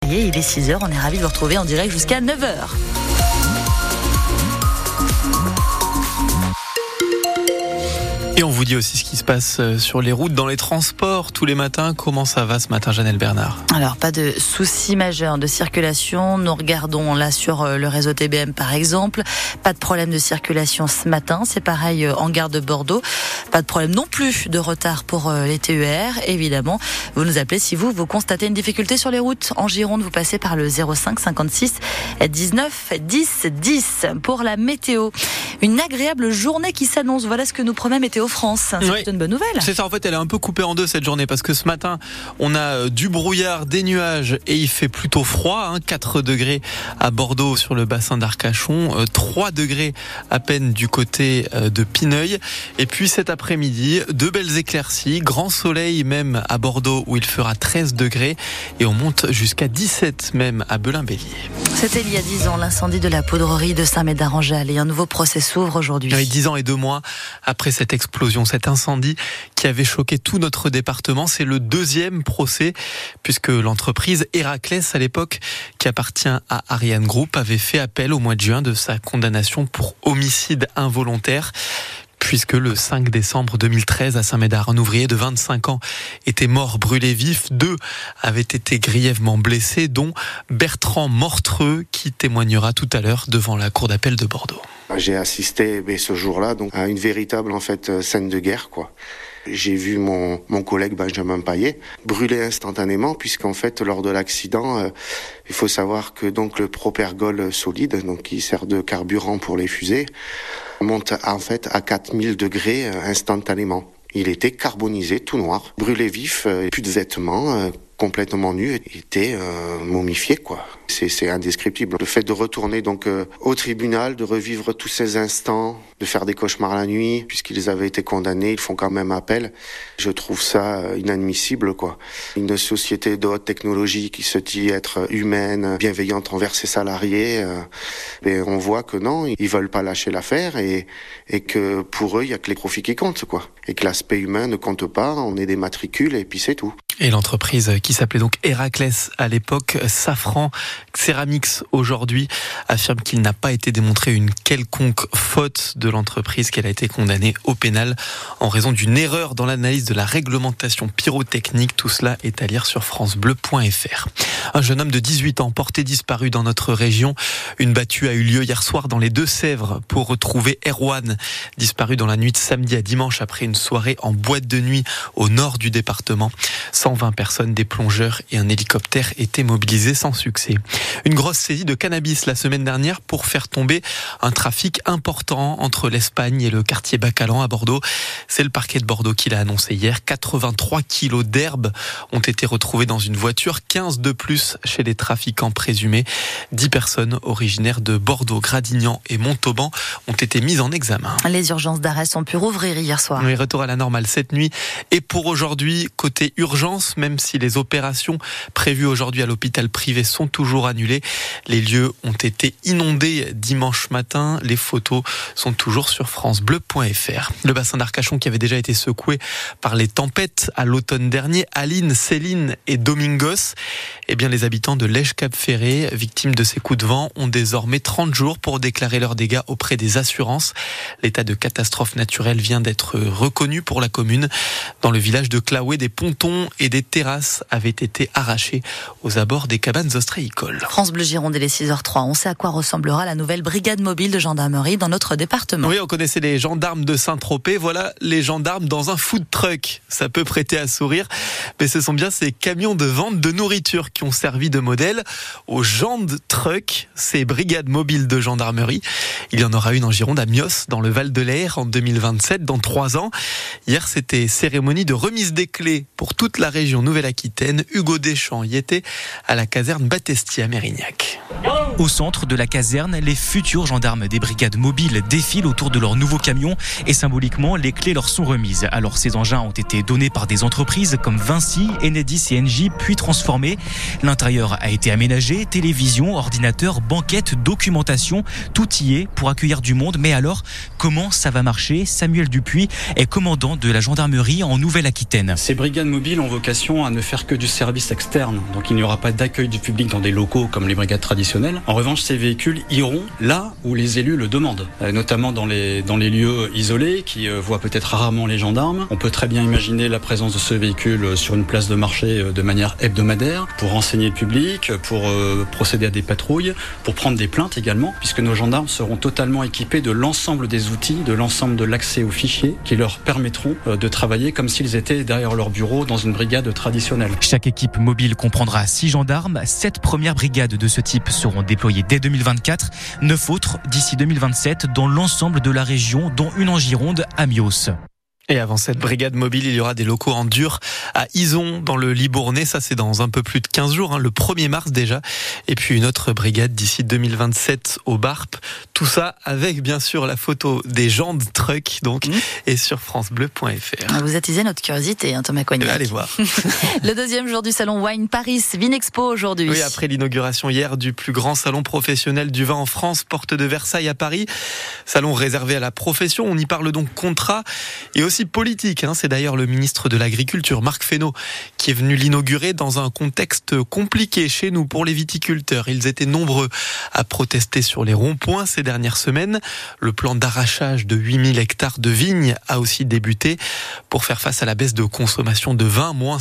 février. Il est 6h, on est ravis de vous retrouver en direct jusqu'à 9h. Et on vous dit aussi ce qui se passe sur les routes, dans les transports, tous les matins. Comment ça va ce matin, Janelle Bernard ? Alors, pas de soucis majeurs de circulation. Nous regardons là sur le réseau TBM par exemple. Pas de problème de circulation ce matin. C'est pareil en gare de Bordeaux. Pas de problème non plus de retard pour les TER. Évidemment, vous nous appelez si vous constatez une difficulté sur les routes. En Gironde, vous passez par le 05 56 19 10 10. Pour la météo, une agréable journée qui s'annonce. Voilà ce que nous promet Météo France. C'est plutôt une bonne nouvelle. C'est ça, en fait, elle est un peu coupée en deux cette journée parce que ce matin, on a du brouillard, des nuages et il fait plutôt froid. 4 degrés à Bordeaux sur le bassin d'Arcachon, 3 degrés à peine du côté de Pineuil. Et puis cet après-midi, de belles éclaircies, grand soleil même à Bordeaux où il fera 13 degrés et on monte jusqu'à 17 même à Belin-Bélier. C'était il y a 10 ans, l'incendie de la poudrerie de Saint-Médard-en-Jalles et un nouveau procès s'ouvre aujourd'hui. Oui, 10 ans et 2 mois après cette explosion, cet incendie qui avait choqué tout notre département. C'est le deuxième procès puisque l'entreprise Héraclès, à l'époque, qui appartient à Ariane Group, avait fait appel au mois de juin de sa condamnation pour homicide involontaire. Puisque le 5 décembre 2013, à Saint-Médard, un ouvrier de 25 ans était mort brûlé vif. 2 avaient été grièvement blessés, dont Bertrand Mortreux, qui témoignera tout à l'heure devant la cour d'appel de Bordeaux. J'ai assisté ce jour-là donc à une véritable scène de guerre, quoi. J'ai vu mon collègue Benjamin Payet brûler instantanément puisqu'en fait lors de l'accident, il faut savoir que donc le propergol solide, donc qui sert de carburant pour les fusées, monte en fait à 4000 degrés instantanément. Il était carbonisé, tout noir, brûlé vif, plus de vêtements, complètement nu, était momifié, quoi. C'est indescriptible. Le fait de retourner donc au tribunal, de revivre tous ces instants, de faire des cauchemars la nuit, puisqu'ils avaient été condamnés, ils font quand même appel. Je trouve ça inadmissible, quoi. Une société de haute technologie qui se dit être humaine, bienveillante envers ses salariés, mais on voit que non, ils veulent pas lâcher l'affaire et que pour eux, il y a que les profits qui comptent, quoi. Et que l'aspect humain ne compte pas, on est des matricules et puis c'est tout. Et l'entreprise qui s'appelait donc Héraclès à l'époque, Safran Ceramics aujourd'hui, affirme qu'il n'a pas été démontré une quelconque faute de l'entreprise, qu'elle a été condamnée au pénal en raison d'une erreur dans l'analyse de la réglementation pyrotechnique. Tout cela est à lire sur francebleu.fr. Un jeune homme de 18 ans porté disparu dans notre région. Une battue a eu lieu hier soir dans les Deux-Sèvres pour retrouver Erwan, disparu dans la nuit de samedi à dimanche après une soirée en boîte de nuit au nord du département. 120 personnes, des plongeurs et un hélicoptère étaient mobilisés sans succès. Une grosse saisie de cannabis la semaine dernière pour faire tomber un trafic important entre l'Espagne et le quartier Bacalan à Bordeaux. C'est le parquet de Bordeaux qui l'a annoncé hier. 83 kilos d'herbe ont été retrouvés dans une voiture, 15 de plus chez les trafiquants présumés. 10 personnes originaires de Bordeaux, Gradignan et Montauban ont été mises en examen. Les urgences d'Arras ont pu rouvrir hier soir. Oui, retour à la normale cette nuit. Et pour aujourd'hui, côté urgence, même si les opérations prévues aujourd'hui à l'hôpital privé sont toujours annulées, les lieux ont été inondés dimanche matin. Les photos sont toujours sur francebleu.fr. Le bassin d'Arcachon qui avait déjà été secoué par les tempêtes à l'automne dernier, Aline, Céline et Domingos. Eh bien, les habitants de Lège-Cap-Ferré, victimes de ces coups de vent, ont désormais 30 jours pour déclarer leurs dégâts auprès des assurances. L'état de catastrophe naturelle vient d'être reconnu pour la commune. Dans le village de Claoué, des pontons et des terrasses avaient été arrachés aux abords des cabanes ostréicoles. France Bleu Gironde, il est 6h03. On sait à quoi ressemblera la nouvelle brigade mobile de gendarmerie dans notre département. Oui, on connaissait les gendarmes de Saint-Tropez. Voilà les gendarmes dans un food truck. Ça peut prêter à sourire, mais ce sont bien ces camions de vente de nourriture qui ont servi de modèle aux Gend Truck, ces brigades mobiles de gendarmerie. Il y en aura une en Gironde, à Mios, dans le Val-de-Lair, en 2027, dans 3 ans. Hier, c'était cérémonie de remise des clés pour toute la région Nouvelle-Aquitaine. Hugo Deschamps y était à la caserne Battestier à Mérignac. Bravo. Au centre de la caserne, les futurs gendarmes des brigades mobiles défilent autour de leur nouveau camion et symboliquement, les clés leur sont remises. Alors ces engins ont été donnés par des entreprises comme Vinci, Enedis et Engie, puis transformés. L'intérieur a été aménagé, télévision, ordinateur, banquette, documentation, tout y est pour accueillir du monde. Mais alors, comment ça va marcher ? Samuel Dupuis est commandant de la gendarmerie en Nouvelle-Aquitaine. Ces brigades mobiles ont vocation à ne faire que du service externe, donc il n'y aura pas d'accueil du public dans des locaux comme les brigades traditionnelles. En revanche, ces véhicules iront là où les élus le demandent, notamment dans les lieux isolés qui voient peut-être rarement les gendarmes. On peut très bien imaginer la présence de ce véhicule sur une place de marché de manière hebdomadaire pour renseigner le public, pour procéder à des patrouilles, pour prendre des plaintes également, puisque nos gendarmes seront totalement équipés de l'ensemble des outils, de l'ensemble de l'accès aux fichiers qui leur permettront de travailler comme s'ils étaient derrière leur bureau dans une brigade traditionnelle. Chaque équipe mobile comprendra 6 gendarmes. 7 premières brigades de ce type seront déployées dès 2024, 9 autres d'ici 2027 dans l'ensemble de la région, dont une en Gironde, à Mios. Et avant cette brigade mobile, il y aura des locaux en dur à Izon, dans le Libournais. Ça, c'est dans un peu plus de 15 jours, le 1er mars déjà. Et puis une autre brigade d'ici 2027 au Barp. Tout ça avec, bien sûr, la photo des gens de truck, donc, et sur francebleu.fr. Vous attisez notre curiosité, Thomas Coignac. Allez voir. Le deuxième jour du salon Wine Paris Vinexpo aujourd'hui. Oui, après l'inauguration hier du plus grand salon professionnel du vin en France, porte de Versailles à Paris. Salon réservé à la profession. On y parle donc contrat et aussi politique. C'est d'ailleurs le ministre de l'Agriculture, Marc Fesneau, qui est venu l'inaugurer dans un contexte compliqué chez nous pour les viticulteurs. Ils étaient nombreux à protester sur les ronds-points ces dernières semaines. Le plan d'arrachage de 8000 hectares de vignes a aussi débuté pour faire face à la baisse de consommation de vin, moins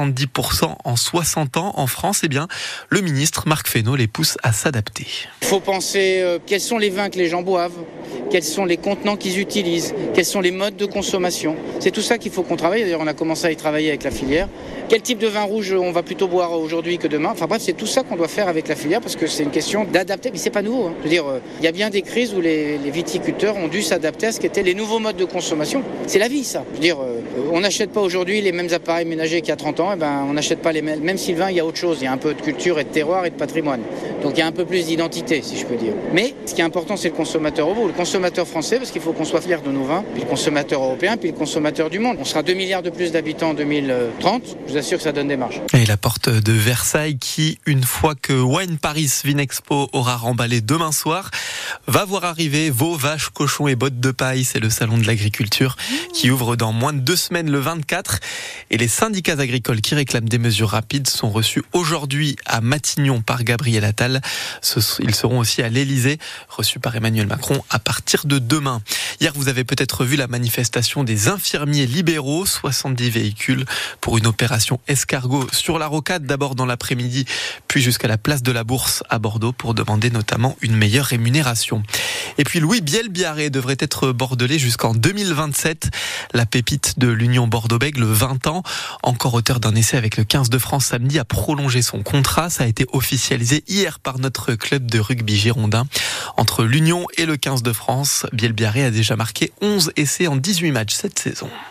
70% en 60 ans en France. Eh bien, le ministre Marc Fesneau les pousse à s'adapter. Il faut penser quels sont les vins que les gens boivent, quels sont les contenants qu'ils utilisent, quels sont les modes de consommation. C'est tout ça qu'il faut qu'on travaille. D'ailleurs, on a commencé à y travailler avec la filière. Quel type de vin rouge on va plutôt boire aujourd'hui que demain ? Enfin bref, c'est tout ça qu'on doit faire avec la filière parce que c'est une question d'adapter. Mais c'est pas nouveau. Je veux dire, il y a bien des crises où les viticulteurs ont dû s'adapter à ce qu'étaient les nouveaux modes de consommation. C'est la vie, ça. Je veux dire, on n'achète pas aujourd'hui les mêmes appareils ménagers qu'il y a 30 ans. On n'achète pas les mêmes. Même si le vin, il y a autre chose. Il y a un peu de culture et de terroir et de patrimoine. Donc il y a un peu plus d'identité, si je peux dire. Mais ce qui est important, c'est le consommateur au bout. Le consommateur français, parce qu'il faut qu'on soit fier de nos vins. Puis le consommateur européen, puis le consommateur du monde. On sera 2 milliards de plus d'habitants en 2030. Je vous assure que ça donne des marges. Et la porte de Versailles qui, une fois que Wine Paris Vinexpo aura remballé demain soir, va voir arriver veaux, vaches, cochons et bottes de paille. C'est le salon de l'agriculture qui ouvre dans moins de 2 semaines le 24. Et les syndicats agricoles qui réclament des mesures rapides sont reçus aujourd'hui à Matignon par Gabriel Attal. Ils seront aussi à l'Elysée, reçus par Emmanuel Macron à partir de demain. Hier, vous avez peut-être vu la manifestation des infirmiers libéraux, 70 véhicules pour une opération escargot sur la rocade, d'abord dans l'après-midi, puis jusqu'à la place de la Bourse à Bordeaux pour demander notamment une meilleure rémunération. Et puis Louis Biel-Biarré devrait être bordelais jusqu'en 2027. La pépite de l'Union Bordeaux-Bègles, 20 ans, encore auteur d'un essai avec le 15 de France samedi, a prolongé son contrat. Ça a été officialisé hier par notre club de rugby girondin. Entre l'Union et le 15 de France, Biel-Biarré a déjà marqué 11 essais en 18 matchs cette saison.